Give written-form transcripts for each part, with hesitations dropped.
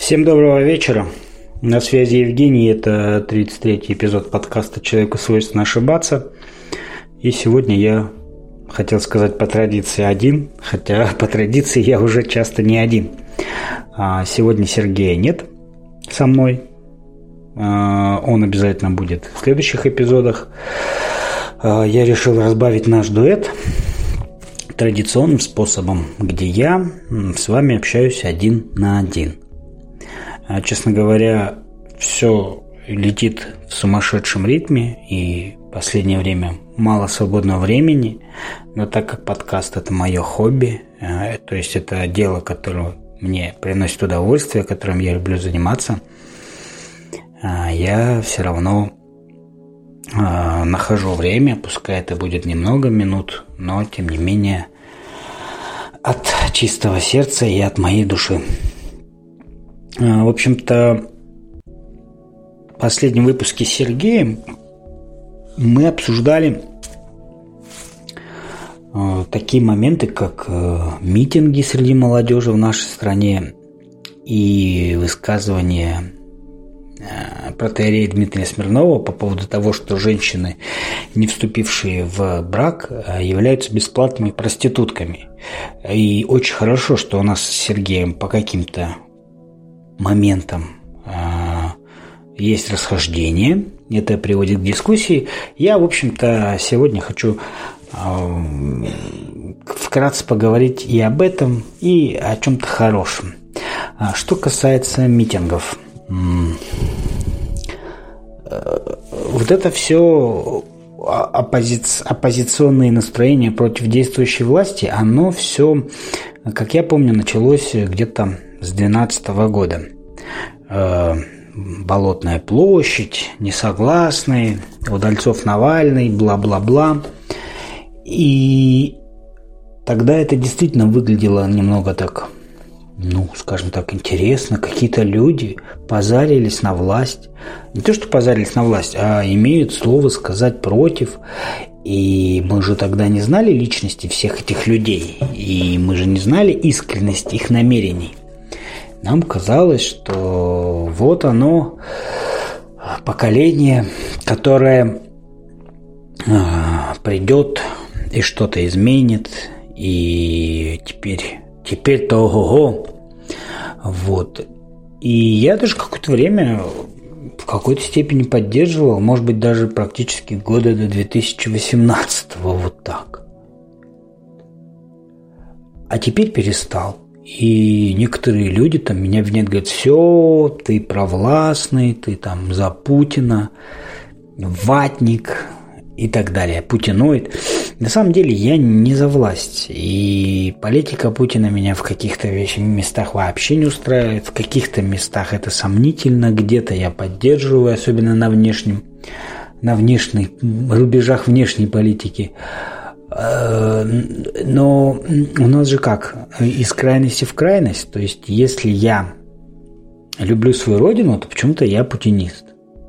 Всем доброго вечера. На связи Евгений. Это 33-й эпизод подкаста «Человеку свойственно ошибаться». И сегодня я хотел сказать по традиции один, хотя по традиции я уже часто не один. Сегодня Сергея нет со мной. Он обязательно будет в следующих эпизодах. Я решил разбавить наш дуэт традиционным способом, где я с вами общаюсь один на один. Честно говоря, все летит в сумасшедшем ритме, и в последнее время мало свободного времени, но так как подкаст – это мое хобби, то есть это дело, которое мне приносит удовольствие, которым я люблю заниматься, я все равно нахожу время, пускай это будет немного минут, но тем не менее от чистого сердца и от моей души. В общем-то, в последнем выпуске с Сергеем мы обсуждали такие моменты, как митинги среди молодежи в нашей стране и высказывания протоиерея Дмитрия Смирнова по поводу того, что женщины, не вступившие в брак, являются бесплатными проститутками. И очень хорошо, что у нас с Сергеем по каким-то моментам есть расхождение, это приводит к дискуссии. Я, в общем-то, сегодня хочу вкратце поговорить и об этом, и о чем-то хорошем. Что касается митингов, вот это все оппозиционные настроения против действующей власти, оно все, как я помню, началось где-то с 2012 года. Болотная площадь, несогласные, Удальцов, Навальный, бла-бла-бла. И тогда это действительно выглядело немного так, скажем так, интересно. Какие-то люди позарились на власть. Не то, что позарились на власть, а имеют слово сказать против. И мы же тогда не знали личности всех этих людей. И мы же не знали искренность их намерений. Нам казалось, что вот оно, поколение, которое придет и что-то изменит, и теперь-то ого-го. Вот. И я даже какое-то время в какой-то степени поддерживал, может быть, даже практически года до 2018-го, вот так. А теперь перестал. И некоторые люди там меня обвиняют, говорят: все, ты провластный, ты там за Путина, ватник и так далее, путиноид. На самом деле я не за власть. И политика Путина меня в каких-то местах вообще не устраивает, в каких-то местах это сомнительно, где-то я поддерживаю, особенно на внешних рубежах внешней политики. Но у нас же как? Из крайности в крайность. То есть, если я люблю свою родину, то почему-то я путинист.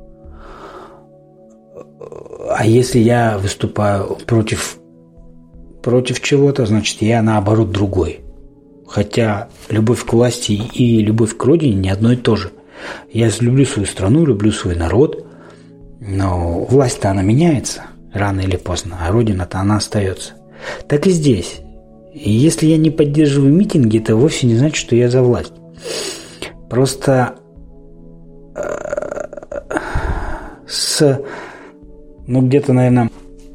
А если я выступаю против чего-то, значит, я наоборот другой. Хотя любовь к власти и любовь к родине не одно и то же. Я люблю свою страну, люблю свой народ, но власть-то она меняется рано или поздно, а родина-то она остается. Так и здесь. И если я не поддерживаю митинги, это вовсе не значит, что я за власть. Просто где-то, наверное,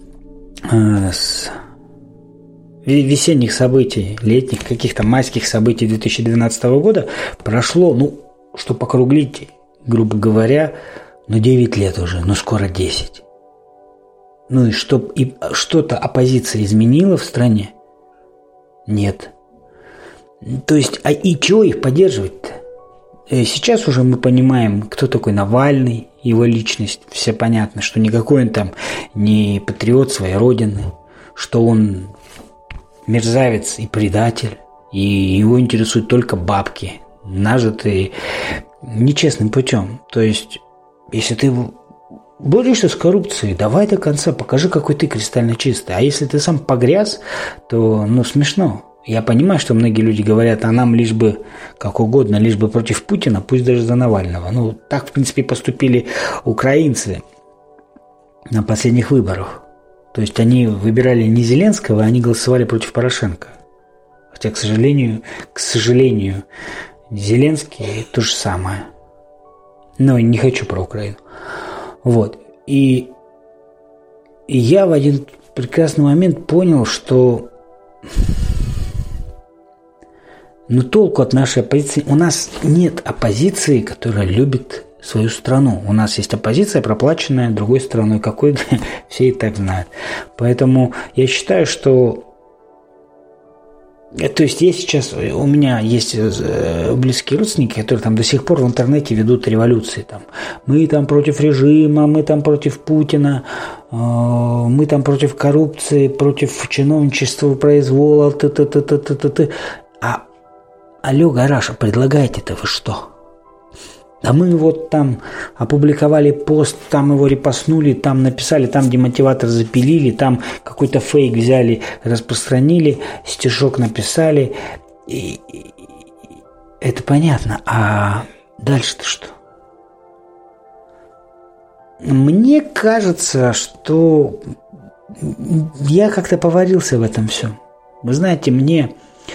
с весенних событий, летних, каких-то майских событий 2012 года прошло, чтобы округлить, грубо говоря, 9 лет уже, скоро 10. И чтоб что-то оппозиция изменила в стране? Нет. То есть, и чего их поддерживать-то? Сейчас уже мы понимаем, кто такой Навальный, его личность. Все понятно, что никакой он там не патриот своей родины, что он мерзавец и предатель, и его интересуют только бабки, нажитые нечестным путем. То есть, если ты борешься с коррупцией, давай до конца, покажи, какой ты кристально чистый. А если ты сам погряз, то, смешно. Я понимаю, что многие люди говорят, а нам лишь бы как угодно, лишь бы против Путина, пусть даже за Навального. Ну, так, в принципе, поступили украинцы на последних выборах. То есть они выбирали не Зеленского, они голосовали против Порошенко. Хотя, к сожалению, Зеленский то же самое. Но не хочу про Украину. Вот. И я в один прекрасный момент понял, что толку от нашей оппозиции. У нас нет оппозиции, которая любит свою страну. У нас есть оппозиция, проплаченная другой страной. Какой все и так знают. Поэтому я считаю, что... То есть я сейчас... У меня есть близкие родственники, которые там до сих пор в интернете ведут революции. Там. Мы там против режима, мы там против Путина, мы там против коррупции, против чиновничества, произвола, алло, гараж, предлагаете-то вы что? А мы вот там опубликовали пост, там его репостнули, там написали, там демотиватор запилили, там какой-то фейк взяли, распространили, стишок написали. И это понятно. А дальше-то что? Мне кажется, что я как-то поварился в этом всем. Вы знаете, мне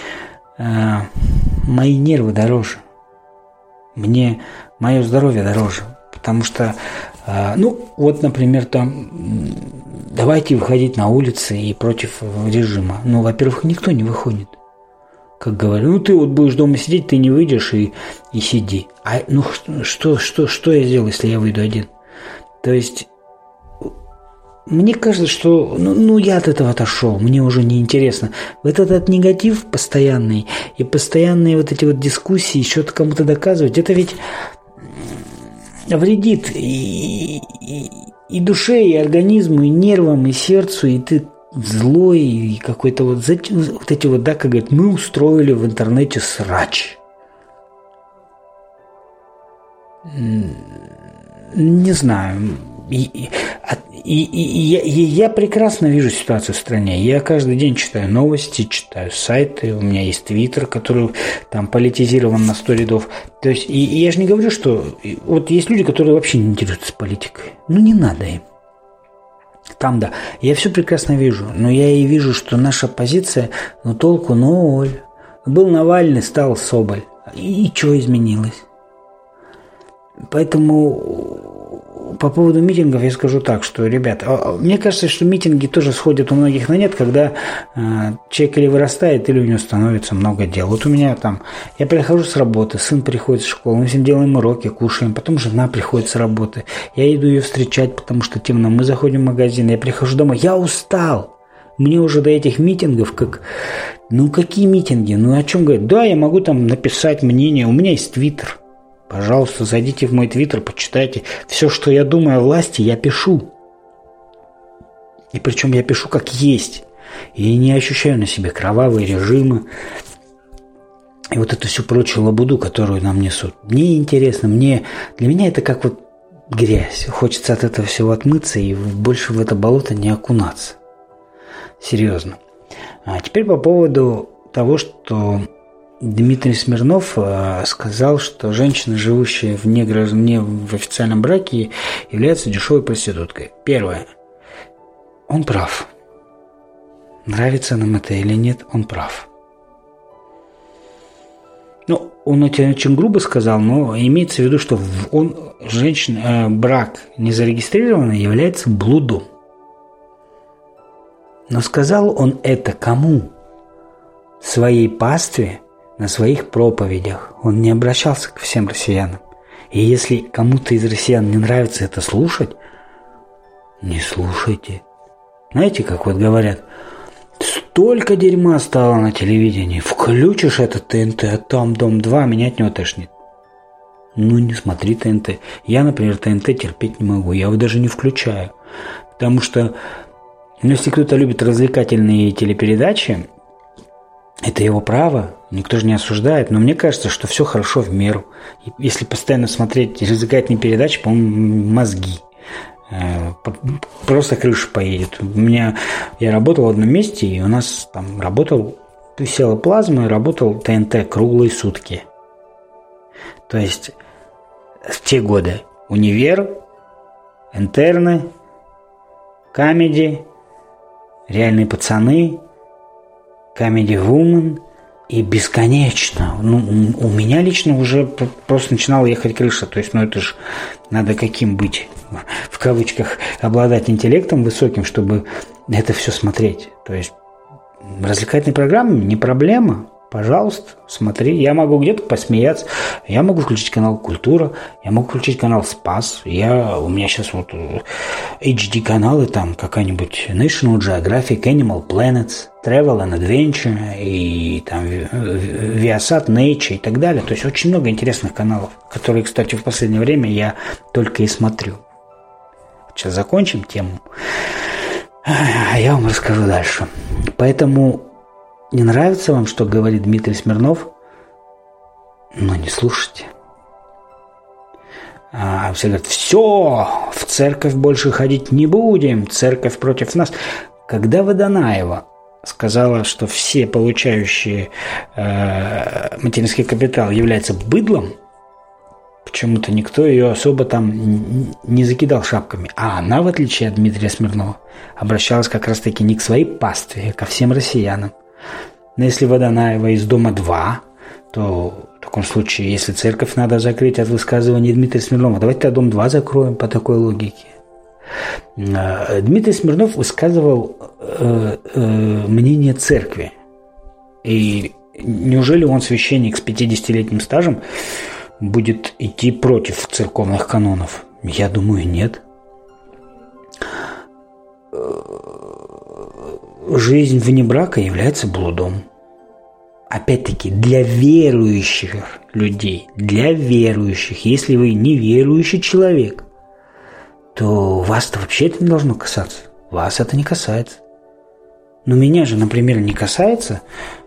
мои нервы дороже. Мне мое здоровье дороже. Потому что, например, там, давайте выходить на улицы и против режима. Во-первых, никто не выходит. Как говорю, ты вот будешь дома сидеть, ты не выйдешь и сиди. А что я сделаю, если я выйду один? То есть, мне кажется, что я от этого отошел, мне уже не интересно. Вот этот негатив постоянный и постоянные вот эти вот дискуссии, что-то кому-то доказывать, это ведь вредит и душе, и организму, и нервам, и сердцу, и ты злой, и какой-то вот эти вот, как говорят, мы устроили в интернете срач. Не знаю. Я прекрасно вижу ситуацию в стране. Я каждый день читаю новости, читаю сайты. У меня есть Твиттер, который там политизирован на 100 рядов. То есть, и я же не говорю, что... Вот есть люди, которые вообще не интересуются политикой. Не надо им. Там, да. Я все прекрасно вижу. Но я и вижу, что наша позиция, толку ноль. Был Навальный, стал Соболь. И что изменилось? Поэтому... По поводу митингов я скажу так, что, ребят, мне кажется, что митинги тоже сходят у многих на нет, когда человек или вырастает, или у него становится много дел. Вот у меня там, я прихожу с работы, сын приходит с школы, мы с ним делаем уроки, кушаем, потом жена приходит с работы, я иду ее встречать, потому что темно, мы заходим в магазин, я прихожу домой, я устал. Мне уже до этих митингов, какие митинги, о чем говорить? Да, я могу там написать мнение, у меня есть Твиттер. Пожалуйста, зайдите в мой Твиттер, почитайте. Все, что я думаю о власти, я пишу. И причем я пишу как есть. И не ощущаю на себе кровавые режимы. И вот эту всю прочую лабуду, которую нам несут. Мне интересно, для меня это как вот грязь. Хочется от этого всего отмыться и больше в это болото не окунаться. Серьезно. А теперь по поводу того, что... Дмитрий Смирнов сказал, что женщина, живущая не в официальном браке, является дешевой проституткой. Первое. Он прав. Нравится нам это или нет, он прав. Он это очень грубо сказал, но имеется в виду, что брак незарегистрированный является блудом. Но сказал он это кому? Своей пастве, на своих проповедях. Он не обращался к всем россиянам. И если кому-то из россиян не нравится это слушать, не слушайте. Знаете, как вот говорят, столько дерьма стало на телевидении, включишь этот ТНТ, а там Дом-2, меня от него тошнит. Не смотри ТНТ. Я, например, ТНТ терпеть не могу, я его даже не включаю. Потому что, если кто-то любит развлекательные телепередачи, это его право, никто же не осуждает, но мне кажется, что все хорошо в меру. Если постоянно смотреть развлекательные передачи, по-моему, мозги. Просто крыша поедет. Я работал в одном месте, и у нас там работал тусела плазма и работал ТНТ круглые сутки. То есть в те годы «Универ», «Интерны», «Камеди», «Реальные пацаны», «Камеди Вумен» и бесконечно. У меня лично уже просто начинала ехать крыша. То есть, это же надо каким быть, в кавычках, обладать интеллектом высоким, чтобы это все смотреть. То есть развлекательные программы не проблема. Пожалуйста, смотри. Я могу где-то посмеяться. Я могу включить канал «Культура». Я могу включить канал «Спас». У меня сейчас HD-каналы, там какая-нибудь National Geographic, Animal Planet, Travel and Adventure, и там Viasat, Nature и так далее. То есть очень много интересных каналов, которые, кстати, в последнее время я только и смотрю. Сейчас закончим тему, а я вам расскажу дальше. Поэтому... Не нравится вам, что говорит Дмитрий Смирнов? Не слушайте. Все говорят, все, в церковь больше ходить не будем, церковь против нас. Когда Водонаева сказала, что все получающие материнский капитал являются быдлом, почему-то никто ее особо там не закидал шапками. А она, в отличие от Дмитрия Смирнова, обращалась как раз-таки не к своей пастве, а ко всем россиянам. Но если Водонаева из Дома-2, то в таком случае, если церковь надо закрыть от высказывания Дмитрия Смирнова, давайте Дом-2 закроем по такой логике. Дмитрий Смирнов высказывал мнение церкви. И неужели он, священник с 50-летним стажем, будет идти против церковных канонов? Я думаю, нет. Жизнь вне брака является блудом. Опять-таки, для верующих людей, для верующих. Если вы неверующий человек, то вас-то вообще это не должно касаться. Вас это не касается. Но меня же, например, не касается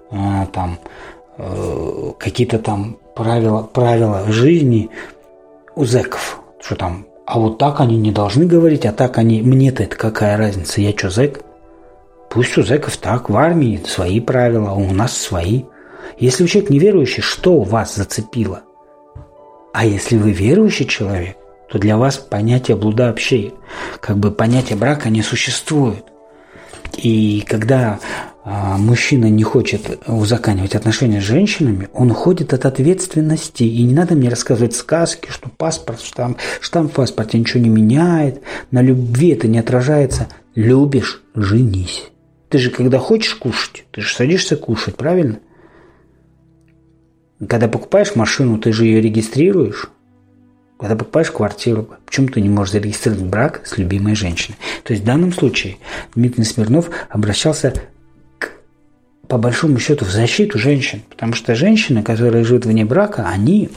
какие-то там правила жизни у зэков. Что там, а вот так они не должны говорить, а так они... Мне-то это какая разница? Я что, зэк? Пусть у зэков так, в армии свои правила, а у нас свои. Если вы человек неверующий, что вас зацепило? А если вы верующий человек, то для вас понятие блуда вообще, понятие брака не существует. И когда мужчина не хочет узаконивать отношения с женщинами, он уходит от ответственности. И не надо мне рассказывать сказки, что паспорт, штамп в паспорте ничего не меняет, на любви это не отражается. Любишь – женись. Ты же, когда хочешь кушать, ты же садишься кушать, правильно? Когда покупаешь машину, ты же ее регистрируешь. Когда покупаешь квартиру, почему ты не можешь зарегистрировать брак с любимой женщиной? То есть в данном случае Дмитрий Смирнов обращался по большому счету в защиту женщин. Потому что женщины, которые живут вне брака, они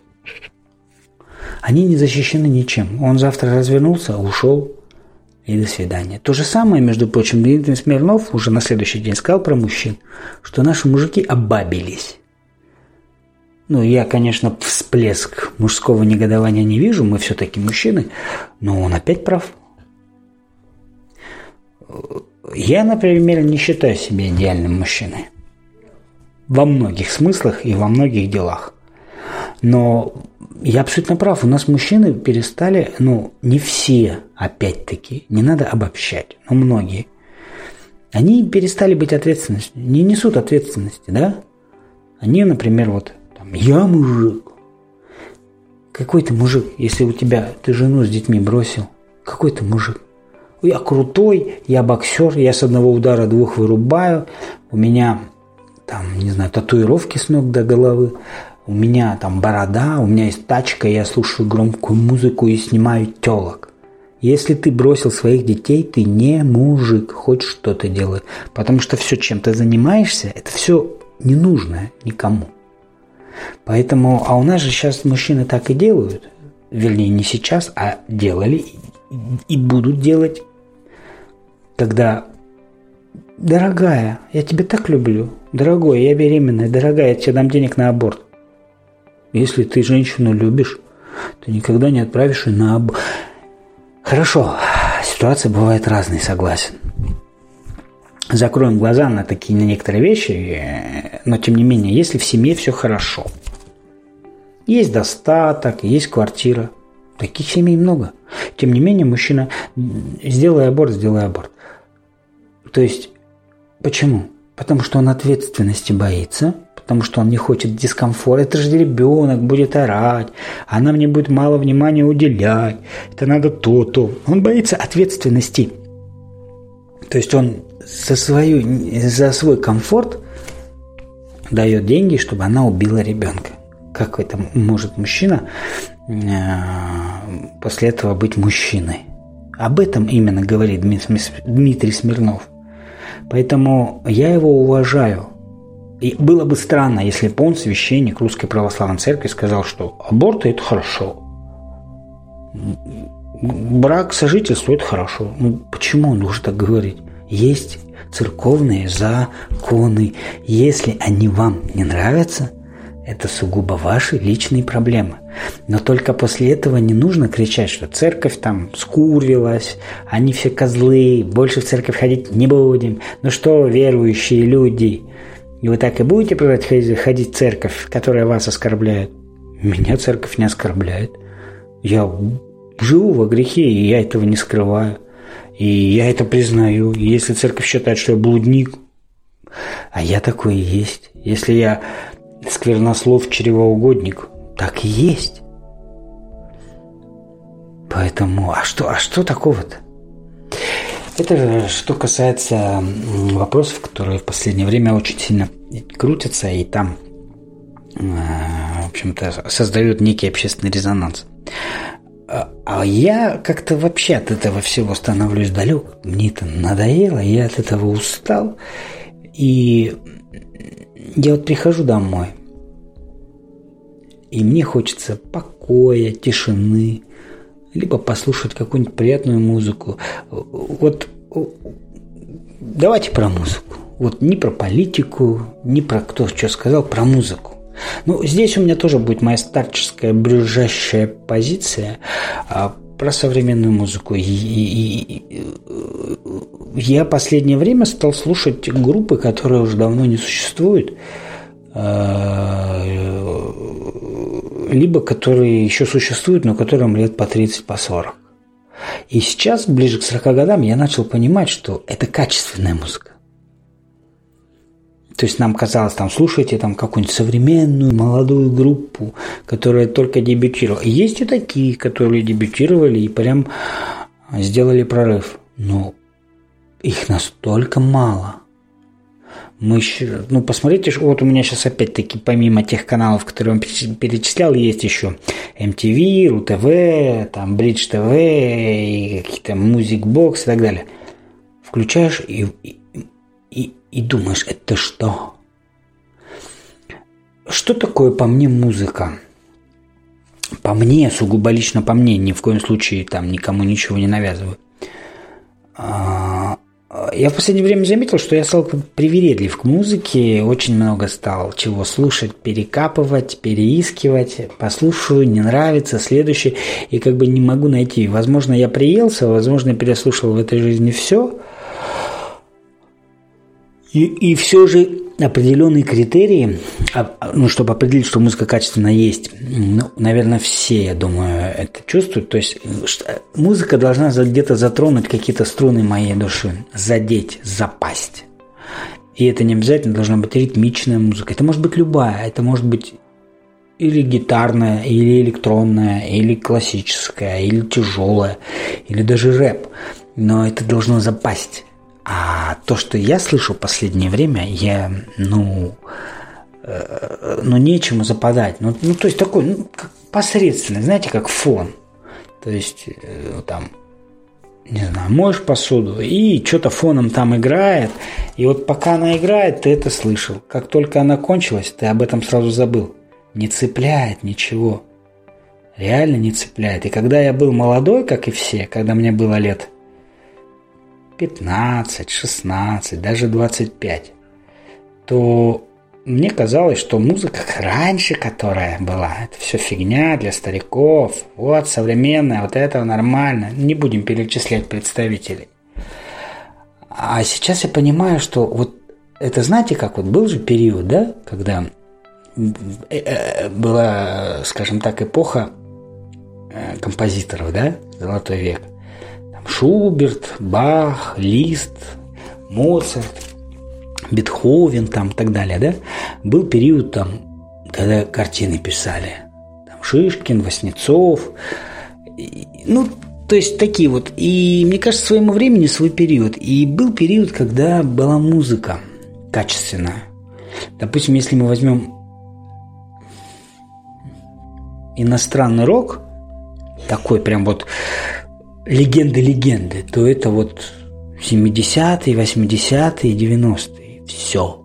не защищены ничем. Он завтра развернулся, ушел. И до свидания. То же самое, между прочим, Дмитрий Смирнов уже на следующий день сказал про мужчин, что наши мужики обабились. Я, конечно, всплеск мужского негодования не вижу, мы все-таки мужчины, но он опять прав. Я, например, не считаю себя идеальным мужчиной. Во многих смыслах и во многих делах. Но я абсолютно прав. У нас мужчины перестали, не все, опять-таки, не надо обобщать, но многие. Они перестали быть ответственностью, не несут ответственности, да? Они, например, я мужик. Какой ты мужик, если ты жену с детьми бросил? Какой ты мужик? Я крутой, я боксер, я с одного удара 2 вырубаю, у меня татуировки с ног до головы, у меня борода, у меня есть тачка, я слушаю громкую музыку и снимаю телок. Если ты бросил своих детей, ты не мужик, хоть что-то делай. Потому что все, чем ты занимаешься, это все ненужное никому. Поэтому, у нас же сейчас мужчины так и делают. Вернее, не сейчас, а делали и будут делать. Когда: дорогая, я тебя так люблю. Дорогой, я беременная. Дорогая, я тебе дам денег на аборт. Если ты женщину любишь, ты никогда не отправишь ее на аборт. Хорошо, ситуация бывает разной, согласен. закроем глаза на такие, на некоторые вещи, но тем не менее, если в семье все хорошо, есть достаток, есть квартира, таких семей много. Тем не менее, мужчина, сделай аборт. То есть, почему? Потому что он ответственности боится, потому что он не хочет дискомфорта. Это же ребенок будет орать, она мне будет мало внимания уделять, это надо то. Он боится ответственности. То есть он за свой комфорт дает деньги, чтобы она убила ребенка. Как это может мужчина после этого быть мужчиной? Об этом именно говорит Дмитрий Смирнов. Поэтому я его уважаю. И было бы странно, если бы он, священник Русской Православной Церкви, сказал, что аборт – это хорошо. Брак, сожительство – это хорошо. Почему он должен так говорить? Есть церковные законы. Если они вам не нравятся, это сугубо ваши личные проблемы. Но только после этого не нужно кричать, что церковь там скурвилась, они все козлы, больше в церковь ходить не будем. Ну что, верующие люди, и вы так и будете ходить в церковь, которая вас оскорбляет? Меня церковь не оскорбляет. Я живу во грехе, и я этого не скрываю. И я это признаю. И если церковь считает, что я блудник, а я такой и есть. Если я сквернослов, чревоугодник, так и есть. Поэтому, а что такого-то? Это что касается вопросов, которые в последнее время очень сильно крутятся и там, в общем-то, создают некий общественный резонанс. А я как-то вообще от этого всего становлюсь далек. Мне это надоело, я от этого устал. И я вот прихожу домой, и мне хочется покоя, тишины, либо послушать какую-нибудь приятную музыку. Вот давайте про музыку. Вот не про политику, не про кто что сказал, про музыку. Ну, здесь у меня тоже будет моя старческая, брюзжащая позиция про современную музыку. Я в последнее время стал слушать группы, которые уже давно не существуют, либо которые еще существуют, но которым лет по 30, по 40. И сейчас, ближе к 40 годам, я начал понимать, что это качественная музыка. То есть нам казалось, там, слушайте там какую-нибудь современную молодую группу, которая только дебютировала. И есть и такие, которые дебютировали и прям сделали прорыв. Но их настолько мало. Посмотрите, вот у меня сейчас опять-таки, помимо тех каналов, которые он перечислял, есть еще MTV, РУ-ТВ, там, Бридж ТВ, и какие-то Music Box и так далее. Включаешь и думаешь, это что? Что такое по мне музыка? По мне, сугубо лично по мне, ни в коем случае там никому ничего не навязываю. Я в последнее время заметил, что я стал привередлив к музыке, очень много стал чего слушать, перекапывать, переискивать, послушаю, не нравится, следующий, и как бы не могу найти. Возможно, я приелся, возможно, я переслушал в этой жизни все. И все же определенные критерии, чтобы определить, что музыка качественная есть, наверное, все, я думаю, это чувствуют. То есть музыка должна где-то затронуть какие-то струны моей души, задеть, запасть. И это не обязательно должна быть ритмичная музыка. Это может быть любая, это может быть или гитарная, или электронная, или классическая, или тяжелая, или даже рэп. Но это должно запасть. А то, что я слышу в последнее время, нечему западать. То есть такой, как посредственный, знаете, как фон. То есть, там, не знаю, моешь посуду, и что-то фоном там играет. И вот пока она играет, ты это слышал. Как только она кончилась, ты об этом сразу забыл. Не цепляет ничего. Реально не цепляет. И когда я был молодой, как и все, когда мне было лет 15, 16, даже 25, то мне казалось, что музыка раньше, которая была, это все фигня для стариков, вот современная, вот это нормально. Не будем перечислять представителей. А сейчас я понимаю, что вот это, знаете, как вот был же период, да, когда была, скажем так, эпоха композиторов, да, золотой век. Там Шуберт, Бах, Лист, Моцарт, Бетховен там и так далее, да. Был период там, когда картины писали. Там Шишкин, Васнецов. Ну, то есть такие вот. И мне кажется, своему времени свой период. И был период, когда была музыка качественная. Допустим, если мы возьмем иностранный рок, такой прям вот легенды, то это вот 70-е, 80-е, 90-е. Все.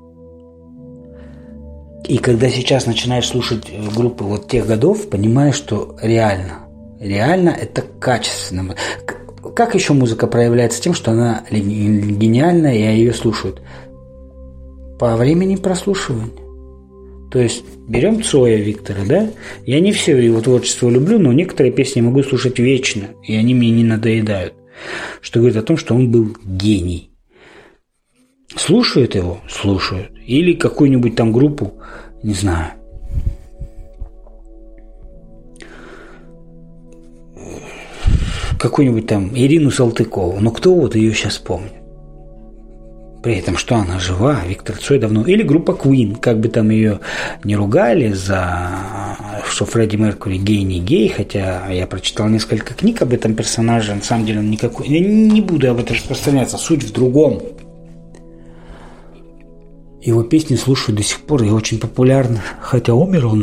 И когда сейчас начинаешь слушать группы вот тех годов, понимаешь, что реально это качественно. Как еще музыка проявляется тем, что она гениальная, и ее слушают? По времени прослушивания. То есть берем Цоя Виктора, да? Я не все его творчество люблю, но некоторые песни могу слушать вечно, и они мне не надоедают. Что говорит о том, что он был гений. Слушают его? Слушают. Или какую-нибудь там группу, не знаю. Какую-нибудь там Ирину Салтыкову. Но кто вот ее сейчас помнит? При этом, что она жива, Виктор Цой давно. Или группа Queen, как бы там ее не ругали за что Фредди Меркьюри гей, хотя я прочитал несколько книг об этом персонаже, на самом деле он никакой. Я не буду об этом распространяться, суть в другом. Его песни слушаю до сих пор и очень популярны, хотя умер он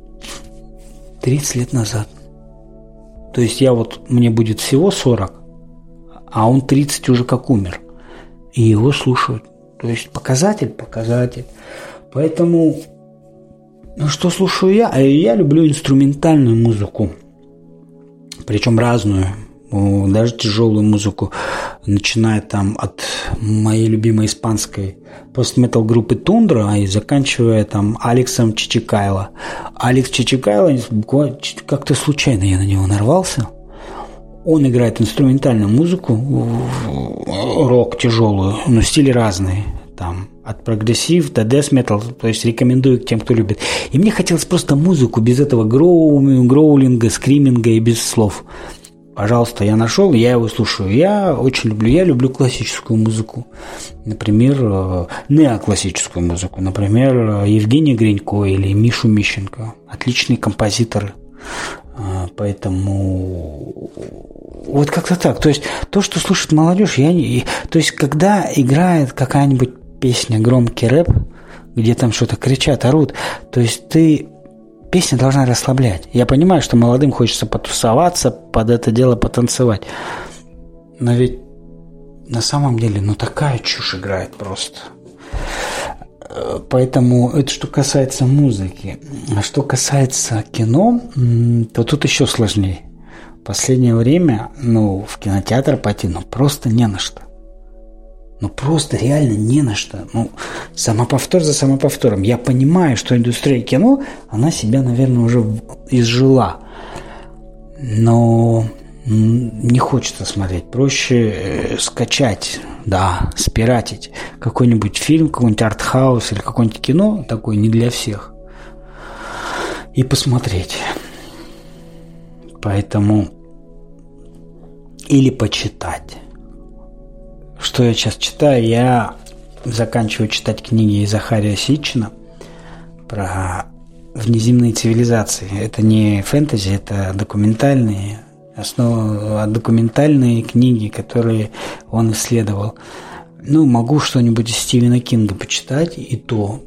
30 лет назад. То есть мне будет всего 40, а он 30 уже как умер. И его слушают. То есть показатель. Поэтому, что слушаю я? Я люблю инструментальную музыку. Причем разную. Даже тяжелую музыку. Начиная там от моей любимой испанской пост-метал группы Тундра и заканчивая там Алексом Чичикайло. Алекс Чичикайло, буквально как-то случайно я на него нарвался. Он играет инструментальную музыку, рок тяжелую, но стили разные. Там от прогрессив до death metal, то есть рекомендую тем, кто любит. И мне хотелось просто музыку без этого гроулинга, скриминга и без слов. Пожалуйста, я нашел, я его слушаю. Я люблю классическую музыку. Например, неоклассическую музыку. Например, Евгения Гринько или Мишу Мищенко. Отличные композиторы. Поэтому вот как-то так. То есть то, что слушает молодежь, то есть когда играет какая-нибудь песня, громкий рэп, где там что-то кричат, орут, то есть песня должна расслаблять. Я понимаю, что молодым хочется потусоваться, под это дело потанцевать. Но ведь на самом деле, такая чушь играет просто. Поэтому это что касается музыки. А что касается кино, то тут еще сложнее. В последнее время, в кинотеатр пойти, просто не на что. Просто реально не на что. Самоповтор за самоповтором. Я понимаю, что индустрия кино, она себя, наверное, уже изжила. Но не хочется смотреть. Проще скачать, спиратить какой-нибудь фильм, какой-нибудь артхаус или какое-нибудь кино, такое не для всех, и посмотреть. Поэтому или почитать. Что я сейчас читаю? Я заканчиваю читать книги Захария Ситчина про внеземные цивилизации. Это не фэнтези, это документальные книги, которые он исследовал. Могу что-нибудь из Стивена Кинга почитать, и то.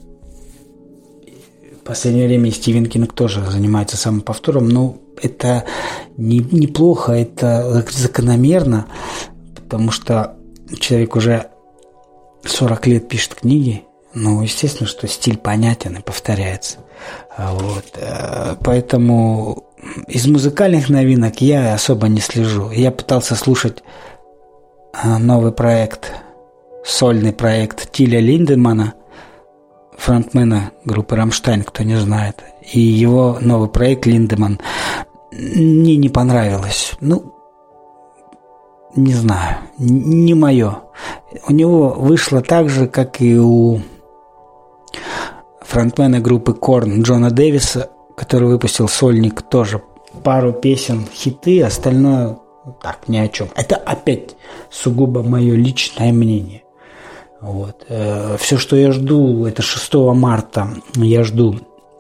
В последнее время Стивен Кинг тоже занимается самоповтором, но это неплохо, это закономерно, потому что человек уже 40 лет пишет книги, естественно, что стиль понятен и повторяется. Поэтому из музыкальных новинок я особо не слежу. Я пытался слушать новый проект, сольный проект Тиля Линдемана, фронтмена группы «Рамштайн», кто не знает. И его новый проект «Линдеман» мне не понравилось. не знаю, не мое. У него вышло так же, как и у фронтмена группы Korn Джона Дэвиса, который выпустил сольник, тоже пару песен, хиты, остальное так, ни о чем. Это опять сугубо мое личное мнение. Вот. Все, что я жду, это 6 марта я жду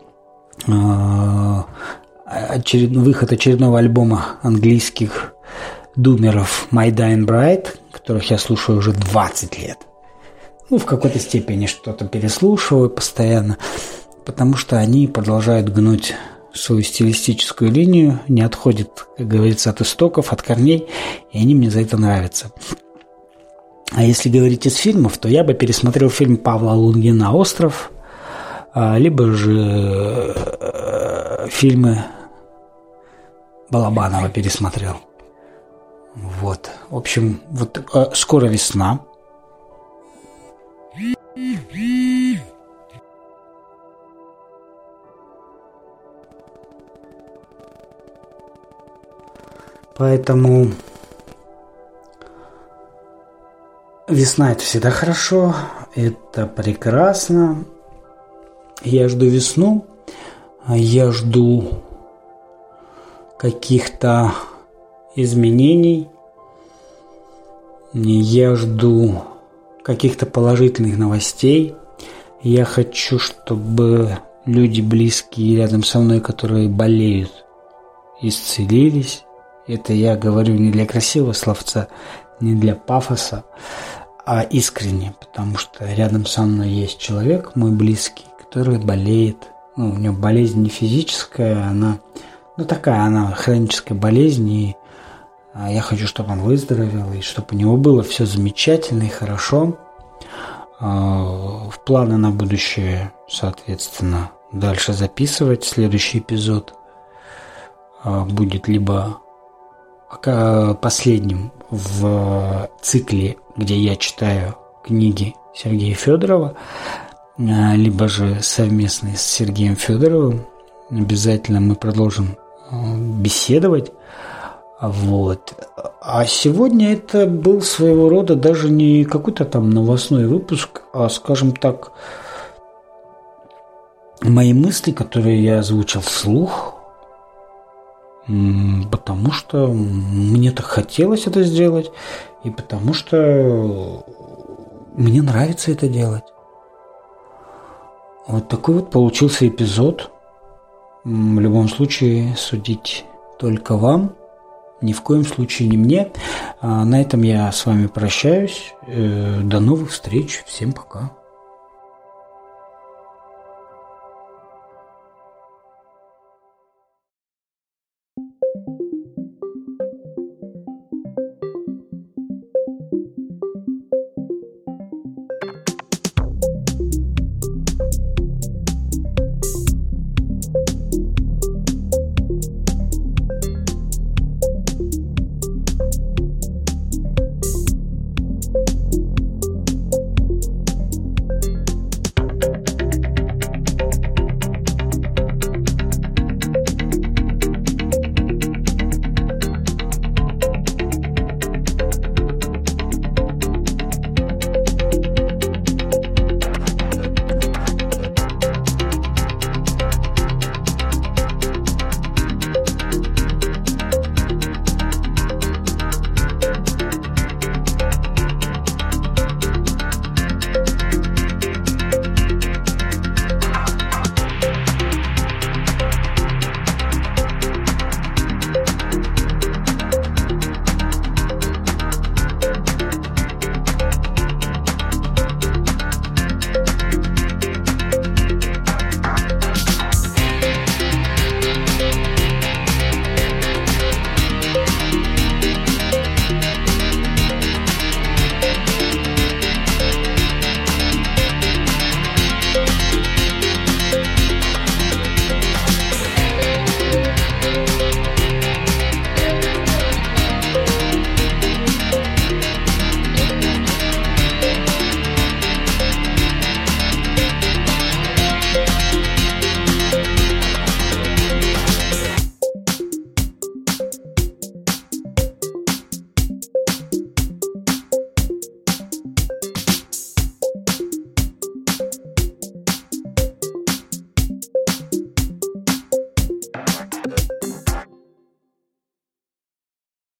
выход очередного альбома английских думеров My Dying Bride, которых я слушаю уже 20 лет. В какой-то степени что-то переслушиваю постоянно, потому что они продолжают гнуть свою стилистическую линию, не отходят, как говорится, от истоков, от корней, и они мне за это нравятся. А если говорить из фильмов, то я бы пересмотрел фильм Павла Лунгина «Остров», либо же фильмы Балабанова пересмотрел. Вот. В общем, вот скоро весна. Поэтому весна – это всегда хорошо, это прекрасно. Я жду весну, я жду каких-то изменений, я жду каких-то положительных новостей. Я хочу, чтобы люди близкие рядом со мной, которые болеют, исцелились. Это я говорю не для красивого словца, не для пафоса, а искренне, потому что рядом со мной есть человек, мой близкий, который болеет. У него болезнь не физическая, она, она хроническая болезнь, и я хочу, чтобы он выздоровел, и чтобы у него было все замечательно и хорошо. В планы на будущее, соответственно, дальше записывать. Следующий эпизод будет либо последним в цикле, где я читаю книги Сергея Федорова, либо же совместный с Сергеем Федоровым. Обязательно мы продолжим беседовать. Вот. А сегодня это был своего рода даже не какой-то там новостной выпуск, а, скажем так, мои мысли, которые я озвучил вслух, потому что мне так хотелось это сделать, и потому что мне нравится это делать. Вот такой вот получился эпизод. В любом случае, судить только вам, ни в коем случае не мне. На этом я с вами прощаюсь. До новых встреч. Всем пока.